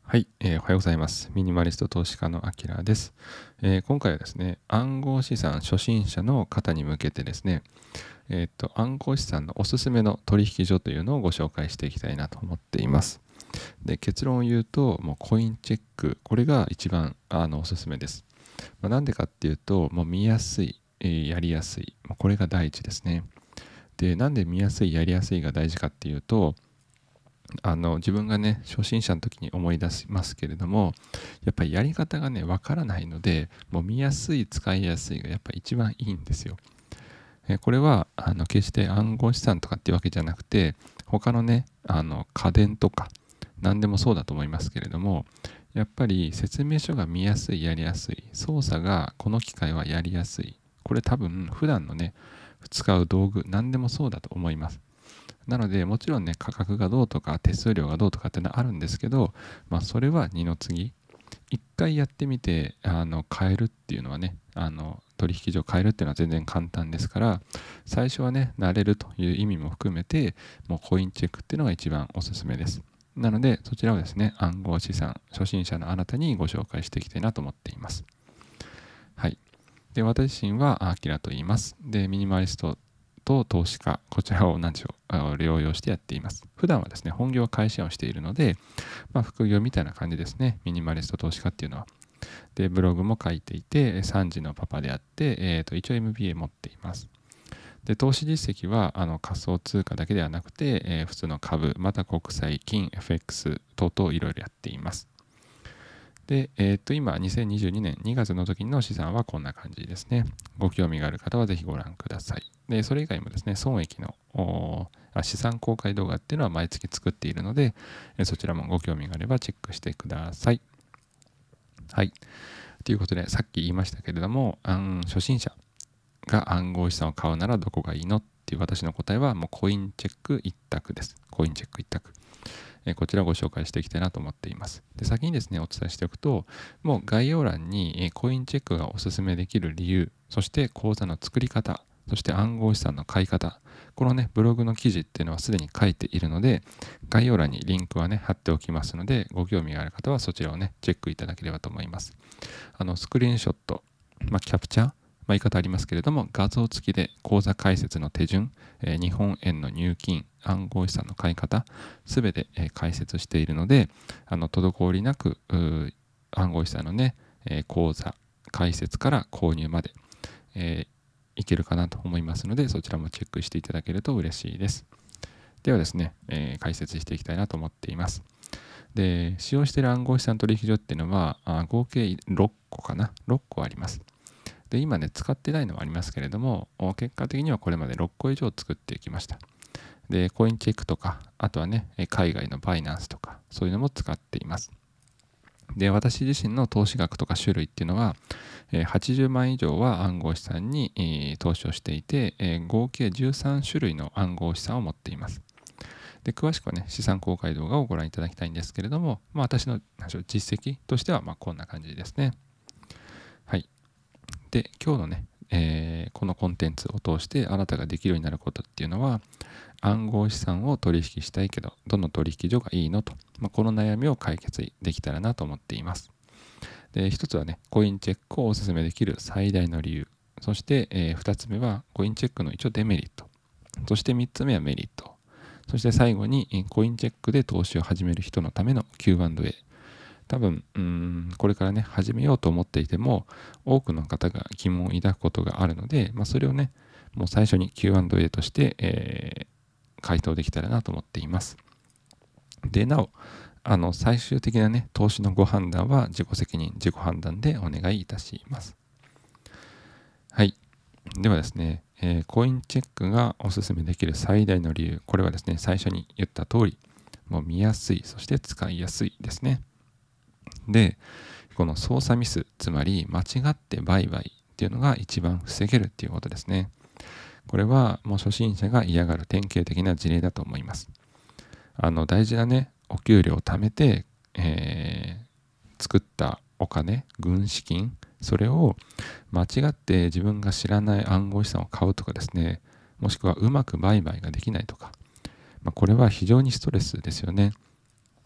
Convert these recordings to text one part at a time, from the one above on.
はい、おはようございます。ミニマリスト投資家のあきらです、今回はですね、暗号資産初心者の方に向けてですね、暗号資産のおすすめの取引所というのをご紹介していきたいなと思っています。で、結論を言うと、もうコインチェック、これが一番おすすめです。なんでかっていうと、もう見やすい、やりやすい、これが第一ですね。で、なんで見やすい、やりやすいが大事かっていうと、自分がね初心者の時に思い出しますけれども、やっぱりやり方がねわからないので、もう見やすい使いやすいがやっぱ一番いいんですよ。これは決して暗号資産とかっていうわけじゃなくて、他のね家電とか何でもそうだと思いますけれども、やっぱり説明書が見やすい、やりやすい、操作がこの機械はやりやすい、これ多分普段のね使う道具何でもそうだと思います。なので、もちろんね、価格がどうとか、手数料がどうとかっていうのはあるんですけど、それは二の次。一回やってみて、変えるっていうのはね、取引所を変えるっていうのは全然簡単ですから、最初はね、慣れるという意味も含めて、もうコインチェックっていうのが一番おすすめです。なので、そちらをですね、暗号資産、初心者のあなたにご紹介していきたいなと思っています。はい。で、私自身はアキラと言います。で、ミニマリストと投資家、こちらを何でしょう、療養してやっています。普段はですね、本業は会社をしているので、副業みたいな感じですね、ミニマリスト投資家っていうのは。で、ブログも書いていて、3児のパパであって、一応 MBA 持っています。で、投資実績は仮想通貨だけではなくて、普通の株、また国債、金、FX 等々いろいろやっています。で、今、2022年2月の時の資産はこんな感じですね。ご興味がある方はぜひご覧ください。で、それ以外もですね、損益の資産公開動画っていうのは毎月作っているので、そちらもご興味があればチェックしてください。はい。ということで、さっき言いましたけれども、初心者が暗号資産を買うならどこがいいのっていう私の答えは、もうコインチェック一択です。コインチェック一択。こちらをご紹介していきたいなと思っています。で、先にですね、お伝えしておくと、もう概要欄にコインチェックがおすすめできる理由、そして口座の作り方、そして暗号資産の買い方、このね、ブログの記事っていうのはすでに書いているので、概要欄にリンクはね、貼っておきますので、ご興味がある方はそちらをね、チェックいただければと思います。スクリーンショット、キャプチャー、言い方ありますけれども、画像付きで口座開設の手順、日本円の入金、暗号資産の買い方、すべて解説しているので、滞りなく暗号資産のね、口座開設から購入まで、いけるかなと思いますので、そちらもチェックしていただけると嬉しいです。ではですね、解説していきたいなと思っています。で、使用している暗号資産取引所っていうのは、合計6個かな、6個あります。で、今ね、使ってないのはありますけれども、結果的にはこれまで6個以上作っていきました。で、コインチェックとか、あとはね、海外のバイナンスとか、そういうのも使っています。で、私自身の投資額とか種類っていうのは、80万以上は暗号資産に投資をしていて、合計13種類の暗号資産を持っています。で、詳しくはね、資産公開動画をご覧いただきたいんですけれども、私の実績としてはこんな感じですね。はい。で、今日のね、このコンテンツを通してあなたができるようになることっていうのは、暗号資産を取引したいけど、どの取引所がいいのと、この悩みを解決できたらなと思っています。で、一つはね、コインチェックをお勧めできる最大の理由。そして、二つ目は、コインチェックの一応デメリット。そして三つ目はメリット。そして最後に、コインチェックで投資を始める人のための Q&A。多分、これからね、始めようと思っていても、多くの方が疑問を抱くことがあるので、それをね、もう最初に Q&A として、回答できたらなと思っています。で、なお、最終的なね、投資のご判断は自己責任、自己判断でお願いいたします。はい。ではですね、コインチェックがおすすめできる最大の理由、これはですね、最初に言った通り、もう見やすい、そして使いやすいですね。で、この操作ミス、つまり間違って売買っていうのが一番防げるっていうことですね。これはもう初心者が嫌がる典型的な事例だと思います。大事なね、お給料を貯めて、作ったお金、軍資金、それを間違って自分が知らない暗号資産を買うとかですね、もしくはうまく売買ができないとか、これは非常にストレスですよね。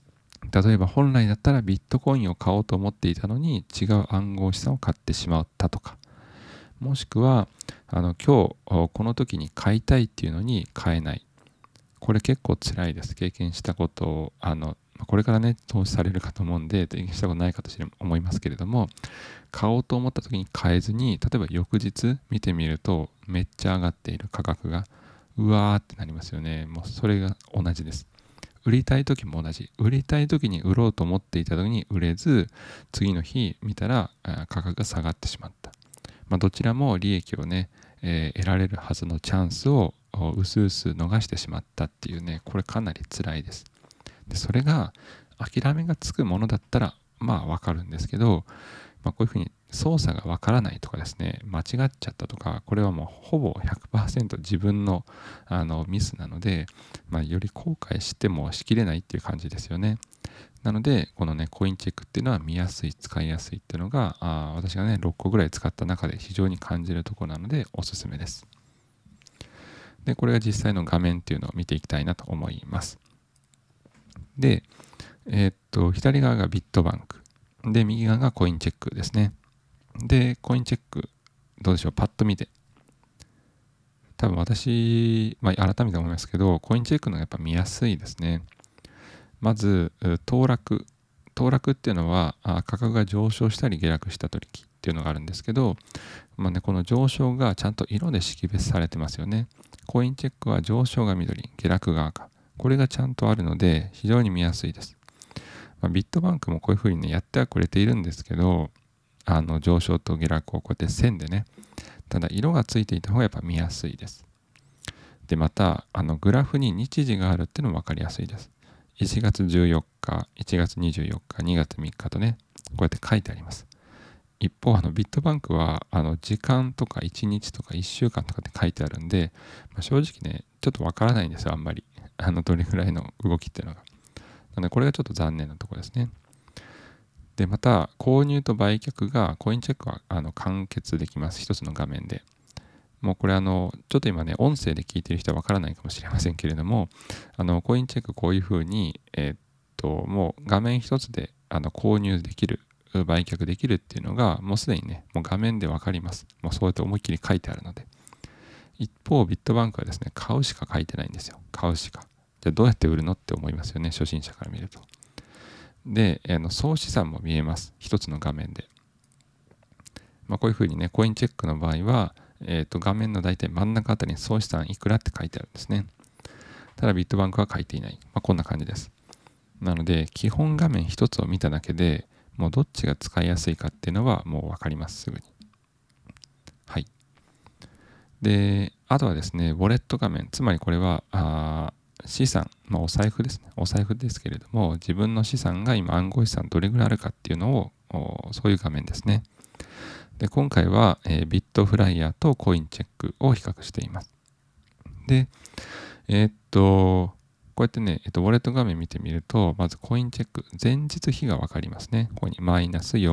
例えば本来だったらビットコインを買おうと思っていたのに違う暗号資産を買ってしまったとか、もしくは今日この時に買いたいっていうのに買えない。これ結構辛いです。経験したことをこれからね投資されるかと思うんで経験したことないかと思いますけれども、買おうと思った時に買えずに、例えば翌日見てみるとめっちゃ上がっている価格がうわーってなりますよね。もうそれが同じです。売りたい時も同じ。売りたい時に売ろうと思っていた時に売れず、次の日見たら価格が下がってしまった。どちらも利益をね、得られるはずのチャンスをうすうす逃してしまったっていうね、これかなり辛いです。でそれが諦めがつくものだったらわかるんですけど、こういうふうに操作がわからないとかですね、間違っちゃったとか、これはもうほぼ 100% 自分の、ミスなので、より後悔してもしきれないっていう感じですよね。なので、このね、コインチェックっていうのは見やすい、使いやすいっていうのが、私がね、6個ぐらい使った中で非常に感じるところなので、おすすめです。で、これが実際の画面っていうのを見ていきたいなと思います。で、左側がビットバンク。で、右側がコインチェックですね。で、コインチェック、どうでしょう、パッと見て。多分私、改めて思いますけど、コインチェックのがやっぱ見やすいですね。まず、騰落。騰落っていうのは、価格が上昇したり下落した時っていうのがあるんですけど、この上昇がちゃんと色で識別されてますよね。コインチェックは上昇が緑、下落が赤。これがちゃんとあるので、非常に見やすいです。ビットバンクもこういうふうにね、やってはくれているんですけど、上昇と下落をこうやって線でね、ただ色がついていた方がやっぱ見やすいです。で、また、グラフに日時があるっていうのも分かりやすいです。1月14日、1月24日、2月3日とね、こうやって書いてあります。一方、ビットバンクは、時間とか1日とか1週間とかって書いてあるんで、正直ね、ちょっとわからないんですよ、あんまり。どれぐらいの動きっていうのが。なので、これがちょっと残念なところですね。で、また、購入と売却が、コインチェックは完結できます。一つの画面で。もうこれちょっと今ね、音声で聞いてる人はわからないかもしれませんけれども、コインチェックこういうふうに、もう画面一つで購入できる、売却できるっていうのが、もうすでにね、もう画面でわかります。もうそうやって思いっきり書いてあるので。一方、ビットバンクはですね、買うしか書いてないんですよ。買うしか。じゃあどうやって売るのって思いますよね、初心者から見ると。で、総資産も見えます。一つの画面で。こういうふうにね、コインチェックの場合は、画面の大体真ん中あたりに総資産いくらって書いてあるんですね。ただビットバンクは書いていない。こんな感じです。なので、基本画面一つを見ただけでもうどっちが使いやすいかっていうのはもう分かります、すぐに。はい。で、あとはですね、ウォレット画面、つまりこれは資産、お財布ですね。お財布ですけれども、自分の資産が今暗号資産どれぐらいあるかっていうのを、そういう画面ですね。で、今回は、ビットフライヤーとコインチェックを比較しています。で、こうやってね、ウォレット画面見てみると、まずコインチェック、前日比がわかりますね。ここにマイナス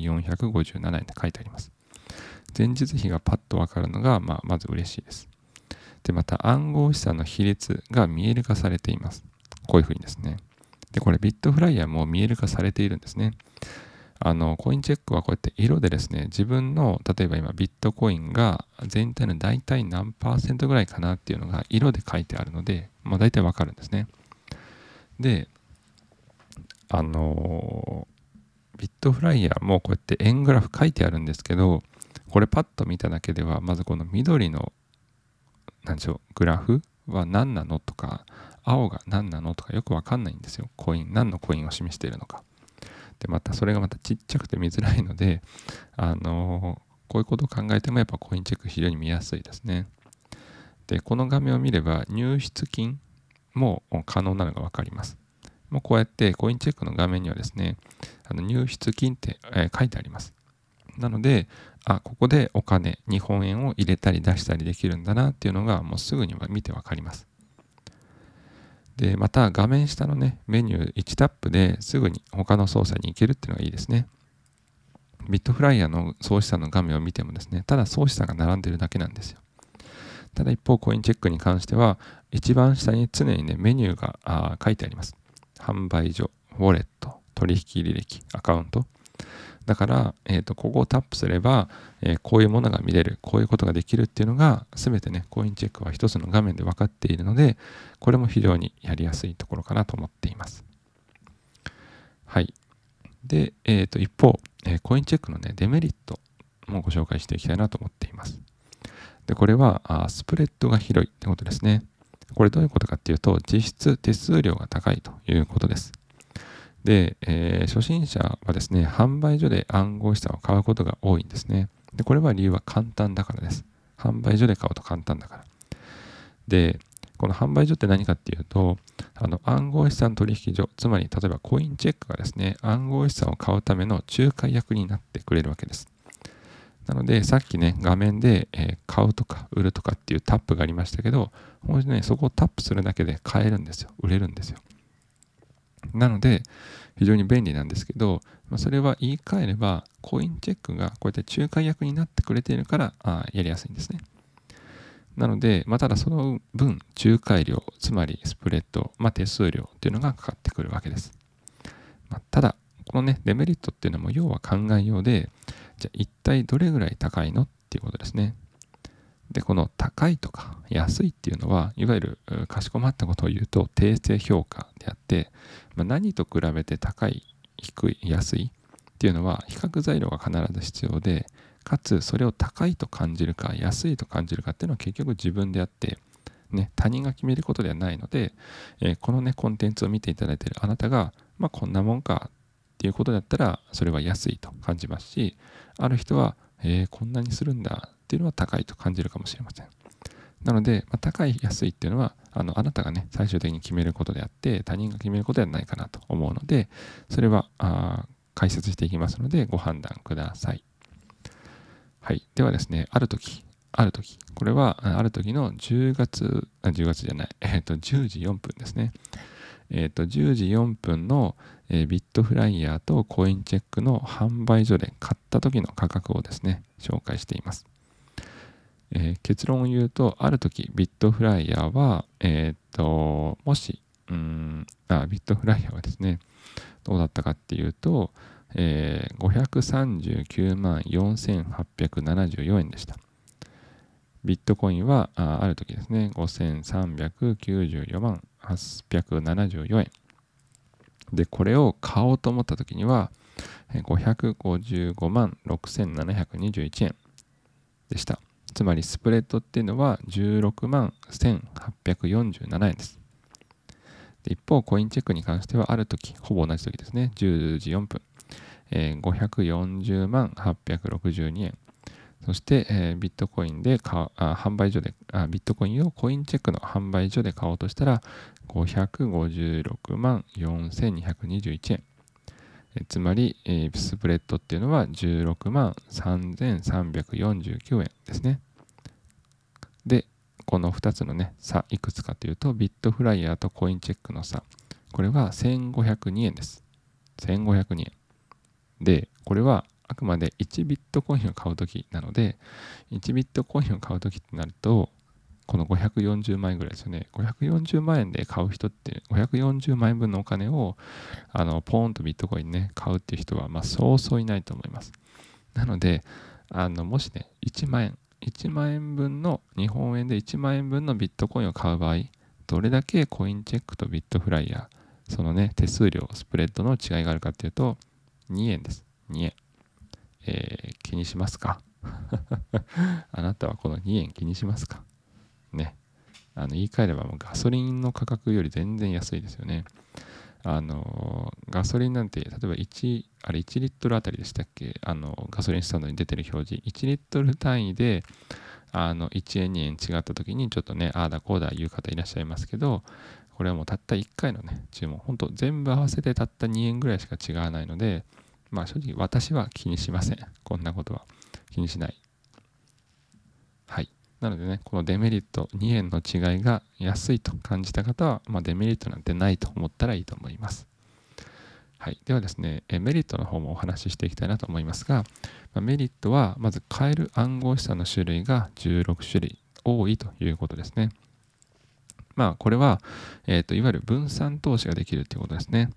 4457円って書いてあります。前日比がパッとわかるのが、まず嬉しいです。で、また暗号資産の比率が見える化されています。こういうふうにですね。で、これビットフライヤーも見える化されているんですね。コインチェックはこうやって色でですね、自分の、例えば今ビットコインが全体の大体何%ぐらいかなっていうのが色で書いてあるので、大体わかるんですね。で、ビットフライヤーもこうやって円グラフ書いてあるんですけど、これパッと見ただけでは、まずこの緑の、なんでしょう、グラフは何なのとか、青が何なのとかよくわかんないんですよ。何のコインを示しているのか。で、またそれがまたちっちゃくて見づらいので、こういうことを考えてもやっぱコインチェック非常に見やすいですね。で、この画面を見れば入出金も可能なのがわかります。もうこうやってコインチェックの画面にはですね、入出金って、書いてあります。なので、ここでお金、日本円を入れたり出したりできるんだなっていうのがもうすぐに見てわかります。で、また画面下のね、メニュー1タップですぐに他の操作に行けるっていうのがいいですね。ビットフライヤーの総資産の画面を見てもですね、ただ総資産が並んでるだけなんですよ。ただ一方、コインチェックに関しては、一番下に常にね、メニューが書いてあります。販売所、 ウォレット、取引履歴、アカウント。だから、ここをタップすれば、こういうものが見れる、こういうことができるっていうのが、すべてね、コインチェックは一つの画面で分かっているので、これも非常にやりやすいところかなと思っています。はい。で、一方、コインチェックのね、デメリットもご紹介していきたいなと思っています。で、これは、スプレッドが広いってことですね。これどういうことかっていうと、実質手数料が高いということです。で、初心者はですね、販売所で暗号資産を買うことが多いんですね。で、これは理由は簡単だからです。販売所で買うと簡単だから。で、この販売所って何かっていうと、暗号資産取引所、つまり例えばコインチェックがですね、暗号資産を買うための仲介役になってくれるわけです。なので、さっきね、画面で、買うとか売るとかっていうタップがありましたけど、本当にね、そこをタップするだけで買えるんですよ。売れるんですよ。なので、非常に便利なんですけど、それは言い換えれば、コインチェックがこうやって仲介役になってくれているからやりやすいんですね。なので、ただその分、仲介料、つまりスプレッド、手数料っていうのがかかってくるわけです。ただ、このね、デメリットっていうのも要は考えようで、じゃあ一体どれぐらい高いのっていうことですね。で、この高いとか安いっていうのは、いわゆるかしこまったことを言うと定性評価であって、何と比べて高い、低い、安いっていうのは比較材料が必ず必要で、かつそれを高いと感じるか安いと感じるかっていうのは結局自分であって、ね、他人が決めることではないので、このね、コンテンツを見ていただいているあなたが、こんなもんかっていうことだったら、それは安いと感じますし、ある人は、こんなにするんだっていうのは高いと感じるかもしれません。なので、高い、安いっていうのは、あなたがね、最終的に決めることであって、他人が決めることではないかなと思うので、それは解説していきますので、ご判断ください。はい。ではですね、ある時、これはある時の10月じゃない、10時4分ですね。10時4分のビットフライヤーとコインチェックの販売所で買った時の価格をですね、紹介しています。結論を言うと、ある時ビットフライヤーは、もし、ビットフライヤーはですね、どうだったかっていうと、539万4874円でした。ビットコインはある時ですね、5394万874円。で、これを買おうと思った時には、555万6721円でした。つまりスプレッドっていうのは16万1847円です。で一方、コインチェックに関してはある時、ほぼ同じ時ですね、10時4分、540万862円。そして、ビットコインで販売所でビットコインをコインチェックの販売所で買おうとしたら556万4221円。つまり、スプレッドっていうのは16万3349円ですね。で、この2つのね、差いくつかというと、ビットフライヤーとコインチェックの差。これは1502円です。1502円。で、これはあくまで1ビットコインを買うときなので、1ビットコインを買うときってなると、この540万円ぐらいですよね。540万円で買う人って、540万円分のお金を、ポーンとビットコインね、買うっていう人は、そうそういないと思います。なので、もしね、1万円分の、日本円で1万円分のビットコインを買う場合、どれだけコインチェックとビットフライヤー、そのね、手数料、スプレッドの違いがあるかっていうと、2円です。2円。気にしますかあなたはこの2円気にしますかね。言い換えればもうガソリンの価格より全然安いですよね。ガソリンなんて、例えば1リットルあたりでしたっけ、ガソリンスタンドに出てる表示、1リットル単位で、1円、2円違った時にちょっとね、ああだこうだ言う方いらっしゃいますけど、これはもうたった1回のね、注文、本当全部合わせてたった2円ぐらいしか違わないので、正直私は気にしません。こんなことは気にしない。はい。なのでね、このデメリット、2円の違いが安いと感じた方は、デメリットなんてないと思ったらいいと思います。はい。ではですね、メリットの方もお話ししていきたいなと思いますが、メリットは、まず買える暗号資産の種類が16種類多いということですね。これは、いわゆる分散投資ができるということですね。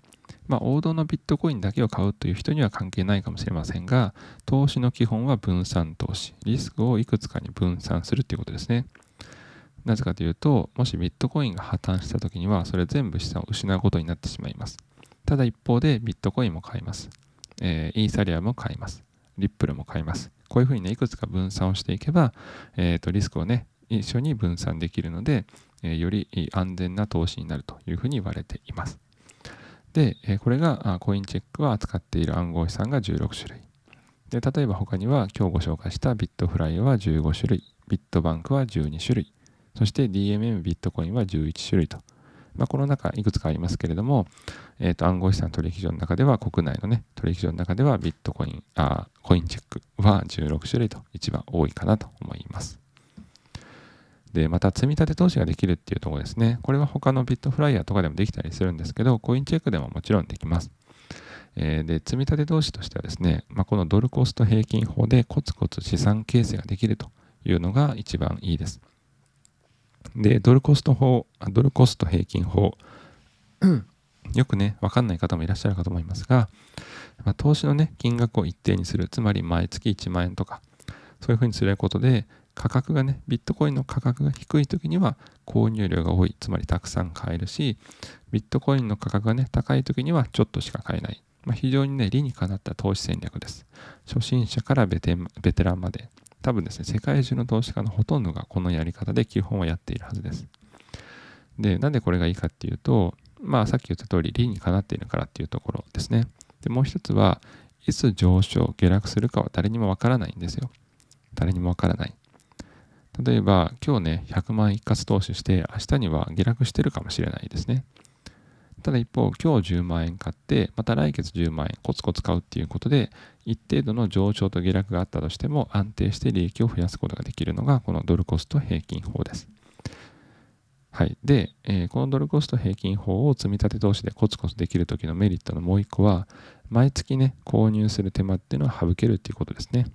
王道のビットコインだけを買うという人には関係ないかもしれませんが、投資の基本は分散投資。リスクをいくつかに分散するということですね。なぜかというと、もしビットコインが破綻した時には、それ全部資産を失うことになってしまいます。ただ一方でビットコインも買います。イーサリアムも買います。リップルも買います。こういうふうにね、いくつか分散をしていけば、リスクをね、一緒に分散できるので、より安全な投資になるというふうに言われています。で、これがコインチェックは扱っている暗号資産が16種類。で、例えば他には今日ご紹介したビットフライは15種類、ビットバンクは12種類、そして DMM ビットコインは11種類と。この中いくつかありますけれども、暗号資産取引所の中では、国内のね、取引所の中ではビットコイン、コインチェックは16種類と一番多いかなと思います。で、また積み立て投資ができるっていうところですね。これは他のビットフライヤーとかでもできたりするんですけど、コインチェックでももちろんできます。で、積み立て投資としてはですね、このドルコスト平均法でコツコツ資産形成ができるというのが一番いいです。で、ドルコスト平均法、よくね、わかんない方もいらっしゃるかと思いますが、投資のね、金額を一定にする、つまり毎月1万円とか、そういうふうにすることで、価格がね、ビットコインの価格が低い時には購入量が多い、つまりたくさん買えるし、ビットコインの価格がね、高い時にはちょっとしか買えない。非常にね、理にかなった投資戦略です。初心者からベテランまで、多分ですね、世界中の投資家のほとんどがこのやり方で基本はやっているはずです。で、なんでこれがいいかっていうと、さっき言った通り理にかなっているからっていうところですね。で、もう一つは、いつ上昇、下落するかは誰にもわからないんですよ。誰にもわからない。例えば、今日ね、100万円一括投資して、明日には下落してるかもしれないですね。ただ一方、今日10万円買って、また来月10万円コツコツ買うっていうことで、一定度の上昇と下落があったとしても、安定して利益を増やすことができるのが、このドルコスト平均法です。はい。で、このドルコスト平均法を積み立て投資でコツコツできるときのメリットのもう一個は、毎月ね、購入する手間っていうのは省けるっていうことですね。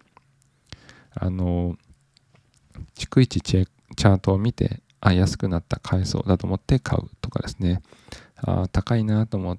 逐一チャートを見て、安くなった買えそうだと思って買うとかですね。高いなと思って、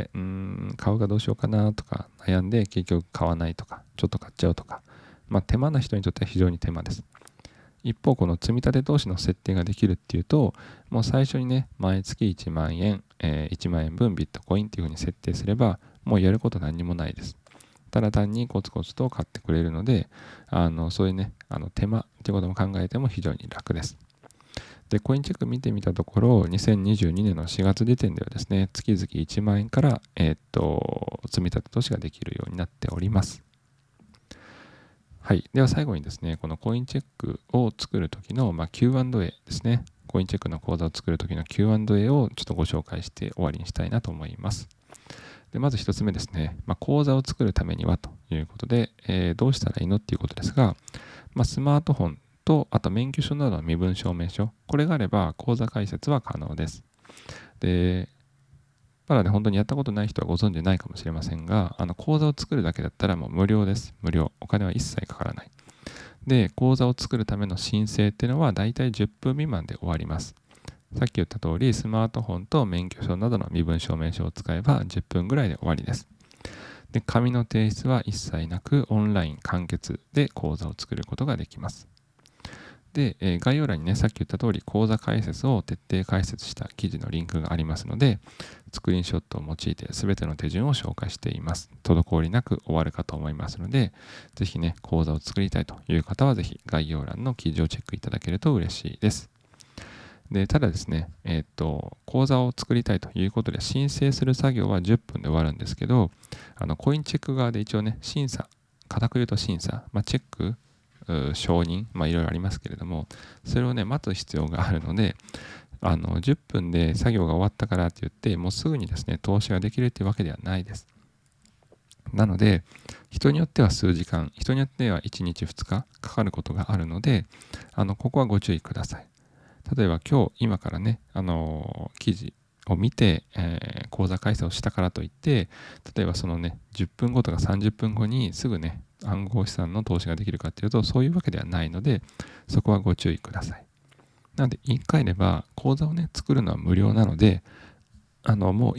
買うかどうしようかなとか悩んで結局買わないとか、ちょっと買っちゃうとか。手間な人にとっては非常に手間です。一方、この積み立て投資の設定ができるっていうと、もう最初にね、毎月1万円、1万円分ビットコインっていうふうに設定すれば、もうやること何にもないです。ただ単にコツコツと買ってくれるので、そういうね、手間っていうことも考えても非常に楽です。で、コインチェック見てみたところ、2022年の4月時点ではですね、月々1万円から、積み立て投資ができるようになっております。はい。では最後にですね、このコインチェックを作るときの、Q&A ですね。コインチェックの講座を作るときの Q&A をちょっとご紹介して終わりにしたいなと思います。でまず一つ目ですね、講座を作るためにはということで、どうしたらいいのっていうことですが、スマートフォンと、あと免許証などの身分証明書、これがあれば口座開設は可能です。で、まだね、本当にやったことない人はご存知ないかもしれませんが、口座を作るだけだったらもう無料です。無料。お金は一切かからない。で、口座を作るための申請っていうのはだいたい10分未満で終わります。さっき言った通り、スマートフォンと免許証などの身分証明書を使えば10分ぐらいで終わりです。で、紙の提出は一切なく、オンライン完結で口座を作ることができます。で、概要欄にね、さっき言った通り、口座開設を徹底解説した記事のリンクがありますので、スクリーンショットを用いて全ての手順を紹介しています。滞りなく終わるかと思いますので、ぜひね、口座を作りたいという方は、ぜひ概要欄の記事をチェックいただけると嬉しいです。で、ただですね、口座を作りたいということで、申請する作業は10分で終わるんですけど、コインチェック側で一応ね、審査、固く言うと審査、チェック、承認、いろいろありますけれども、それをね、待つ必要があるので、10分で作業が終わったからって言って、もうすぐにですね、投資ができるっていうわけではないです。なので、人によっては数時間、人によっては1日2日かかることがあるので、ここはご注意ください。例えば今からね、記事を見て、口座開設をしたからといって、例えばそのね、10分後とか30分後にすぐね、暗号資産の投資ができるかっていうと、そういうわけではないので、そこはご注意ください。なので、言い換えれば、口座をね、作るのは無料なので、もう今、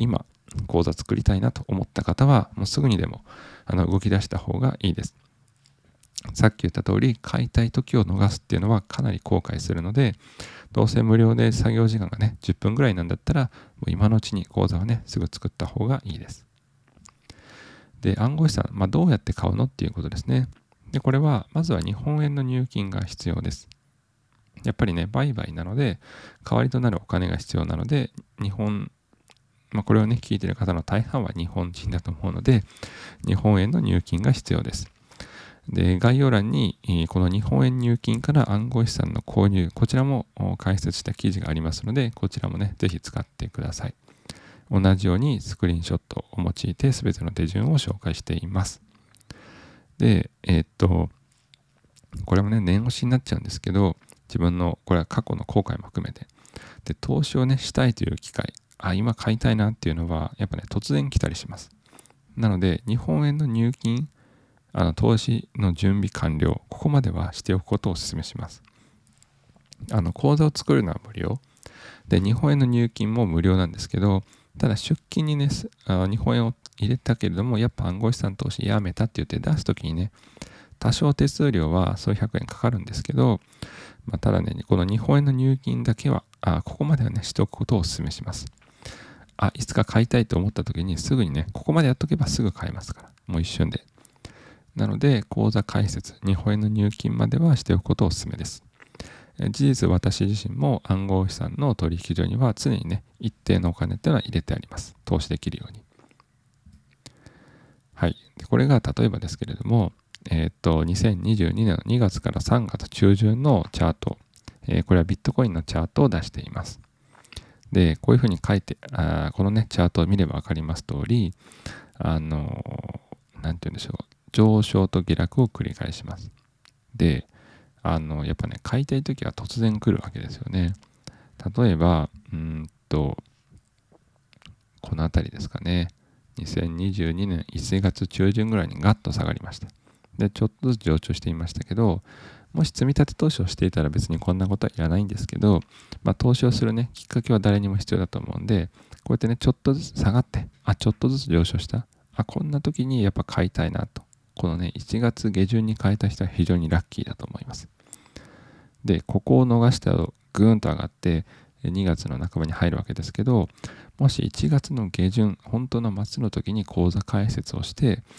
口座作りたいなと思った方は、もうすぐにでも動き出した方がいいです。さっき言った通り、買いたい時を逃すっていうのはかなり後悔するので、どうせ無料で作業時間がね、10分ぐらいなんだったら、もう今のうちに口座をね、すぐ作った方がいいです。で、暗号資産、どうやって買うのっていうことですね。で、これは、まずは日本円の入金が必要です。やっぱりね、売買なので、代わりとなるお金が必要なので、これをね、聞いている方の大半は日本人だと思うので、日本円の入金が必要です。で、概要欄に、この日本円入金から暗号資産の購入、こちらも解説した記事がありますので、こちらもね、ぜひ使ってください。同じようにスクリーンショットを用いて全ての手順を紹介しています。で、これもね、念押しになっちゃうんですけど、自分の、これは過去の後悔も含めて、で、投資をね、したいという機会、今買いたいなっていうのは、やっぱね、突然来たりします。なので、日本円の入金、投資の準備完了、ここまではしておくことをお勧めします。口座を作るのは無料。で、日本円の入金も無料なんですけど、ただ出金にね、日本円を入れたけれども、やっぱ暗号資産投資やめたって言って出すときにね、多少手数料は数百円かかるんですけど、ただね、この日本円の入金だけは、ここまではね、しておくことをお勧めします。いつか買いたいと思ったときにすぐにね、ここまでやっとけばすぐ買えますから、もう一瞬で。なので、口座開設、日本円の入金まではしておくことをお勧めです。事実、私自身も暗号資産の取引所には常にね、一定のお金っていうのは入れてあります。投資できるように。はい。でこれが例えばですけれども、2022年の2月から3月中旬のチャート、これはビットコインのチャートを出しています。で、こういうふうに書いて、このね、チャートを見ればわかります通り、なんて言うんでしょう、上昇と下落を繰り返します。で、やっぱね、買いたいときは突然来るわけですよね。例えば、このあたりですかね。2022年1月中旬ぐらいにガッと下がりました。で、ちょっとずつ上昇していましたけど、もし積み立て投資をしていたら別にこんなことはいらないんですけど、投資をするね、きっかけは誰にも必要だと思うんで、こうやってね、ちょっとずつ下がって、ちょっとずつ上昇した。こんな時にやっぱ買いたいなと。このね、1月下旬に買えた人は非常にラッキーだと思います。で、ここを逃したらぐーんと上がって、2月の半ばに入るわけですけど、もし1月の下旬、本当の末の時に口座開設をして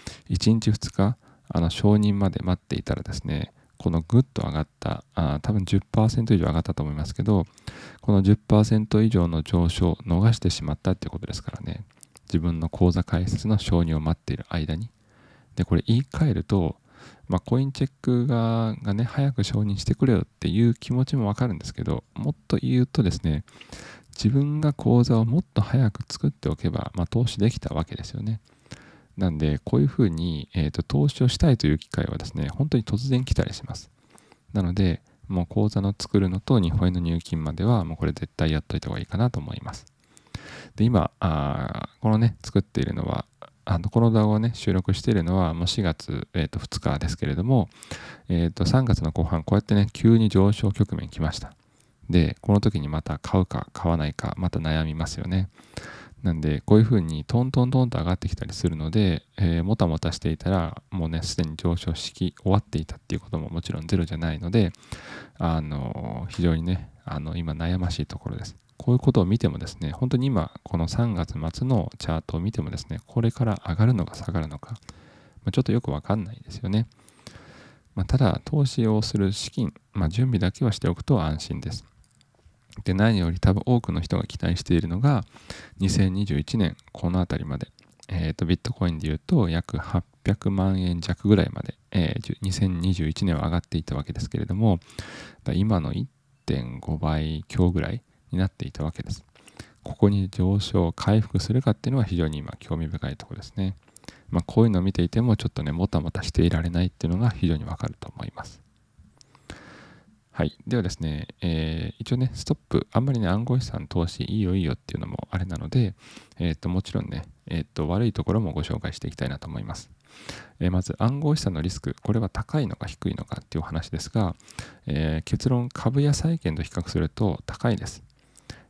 、1日2日、承認まで待っていたらですね、このぐっと上がった、多分 10% 以上上がったと思いますけど、この 10% 以上の上昇を逃してしまったっていうことですからね、自分の口座開設の承認を待っている間に。で、これ言い換えると、コインチェック側がね、早く承認してくれよっていう気持ちもわかるんですけど、もっと言うとですね、自分が口座をもっと早く作っておけば、投資できたわけですよね。なんで、こういうふうに、投資をしたいという機会はですね、本当に突然来たりします。なので、もう口座の作るのと日本円の入金までは、もうこれ絶対やっといた方がいいかなと思います。で、今、このね、作っているのは、この動画をね、収録しているのはもう4月、2日ですけれども、3月の後半、こうやってね、急に上昇局面来ました。で、この時にまた買うか買わないか、また悩みますよね。なんで、こういう風にトントントンと上がってきたりするので、もたもたしていたら、もうね、すでに上昇式終わっていたっていうことももちろんゼロじゃないので、非常にね、今悩ましいところです。こういうことを見てもですね、本当に今、この3月末のチャートを見てもですね、これから上がるのか下がるのか、ちょっとよくわかんないですよね。ただ、投資をする資金、準備だけはしておくと安心です。で、何より多分多くの人が期待しているのが、2021年、このあたりまで、ビットコインで言うと約800万円弱ぐらいまで、2021年は上がっていたわけですけれども、今の1.5倍強ぐらいになっていたわけです。ここに上昇、回復するかっていうのは非常に今興味深いところですね。こういうのを見ていてもちょっとね、もたもたしていられないっていうのが非常にわかると思います。はい。ではですね、一応ね、ストップ、あんまりね、暗号資産投資いいよいいよっていうのもあれなので、もちろんね、悪いところもご紹介していきたいなと思います。まず、暗号資産のリスク、これは高いのか低いのかっていうお話ですが、結論、株や債券と比較すると高いです。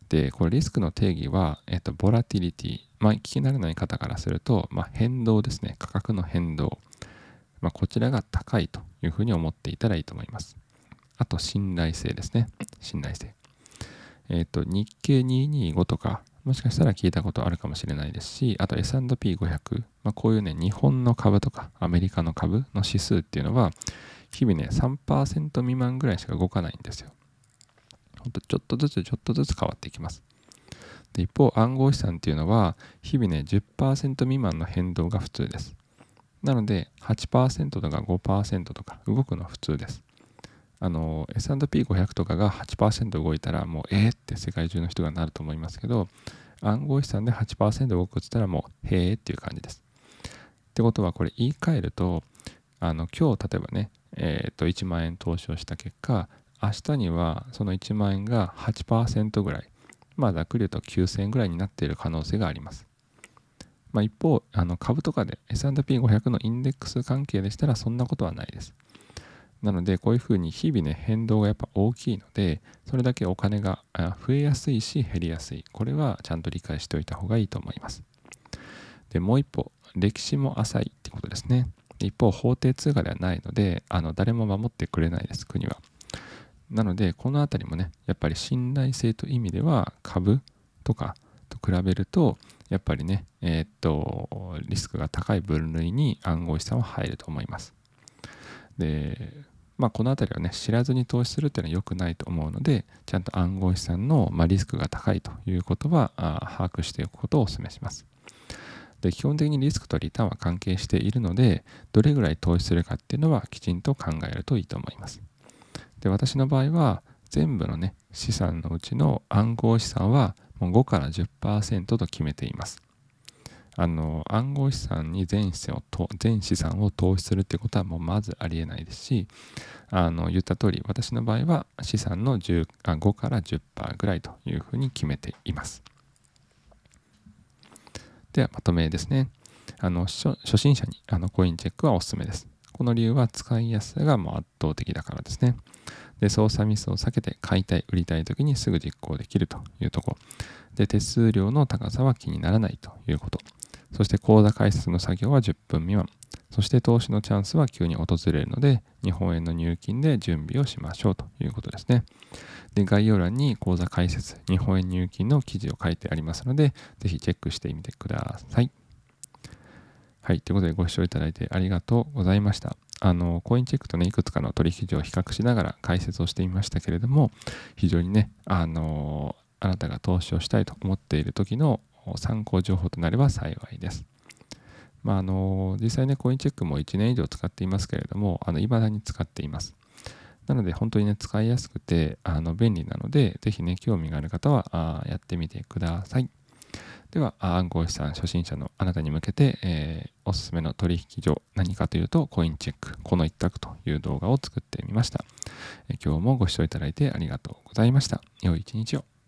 で、これリスクの定義は、ボラティリティ、聞き慣れない方からすると、変動ですね、価格の変動、こちらが高いというふうに思っていたらいいと思います。あと、信頼性ですね。信頼性。日経225とか、もしかしたら聞いたことあるかもしれないですし、あと S&P500、こういうね、日本の株とかアメリカの株の指数っていうのは、日々ね、3% 未満ぐらいしか動かないんですよ。ほんとちょっとずつ変わっていきます。で、一方、暗号資産っていうのは、日々ね、10% 未満の変動が普通です。なので、8% とか 5% とか動くのは普通です。S&P500 とかが 8% 動いたらもうって世界中の人がなると思いますけど、暗号資産で 8% 動くって言ったらもうへーっていう感じです。ってことはこれ言い換えると、今日例えばね、1万円投資をした結果、明日にはその1万円が 8% ぐらい、ざっくり言うと9000円ぐらいになっている可能性があります。一方、株とかで S&P500 のインデックス関係でしたらそんなことはないです。なので、こういうふうに日々ね、変動がやっぱ大きいので、それだけお金が増えやすいし減りやすい。これはちゃんと理解しておいた方がいいと思います。で、もう一歩、歴史も浅いってことですね。一方、法定通貨ではないので、誰も守ってくれないです、国は。なので、このあたりもね、やっぱり信頼性という意味では、株とかと比べると、やっぱりね、リスクが高い分類に暗号資産は入ると思います。で、このあたりはね、知らずに投資するっていうのは良くないと思うので、ちゃんと暗号資産のリスクが高いということは把握しておくことをお勧めします。で、基本的にリスクとリターンは関係しているので、どれぐらい投資するかっていうのはきちんと考えるといいと思います。で、私の場合は、全部のね、資産のうちの暗号資産はもう5から 10% と決めています。暗号資産に全資産を投資するってことはもうまずありえないですし、言った通り、私の場合は資産の5から10%ぐらいというふうに決めています。ではまとめですね。初心者にコインチェックはおすすめです。この理由は使いやすさがもう圧倒的だからですね。で、操作ミスを避けて買いたい、売りたい時にすぐ実行できるというところ。で、手数料の高さは気にならないということ。そして口座開設の作業は10分未満。そして投資のチャンスは急に訪れるので、日本円の入金で準備をしましょうということですね。で、概要欄に口座開設、日本円入金の記事を書いてありますので、ぜひチェックしてみてください。はい、ということでご視聴いただいてありがとうございました。コインチェックとね、いくつかの取引所を比較しながら解説をしてみましたけれども、非常にね、あなたが投資をしたいと思っている時の参考情報となれば幸いです。実際ね、コインチェックも1年以上使っていますけれども、未だに使っています。なので、本当にね、使いやすくて、便利なので、ぜひね、興味がある方は、やってみてください。では、暗号資産初心者のあなたに向けて、おすすめの取引所、何かというと、コインチェック、この一択という動画を作ってみました。今日もご視聴いただいてありがとうございました。良い一日を。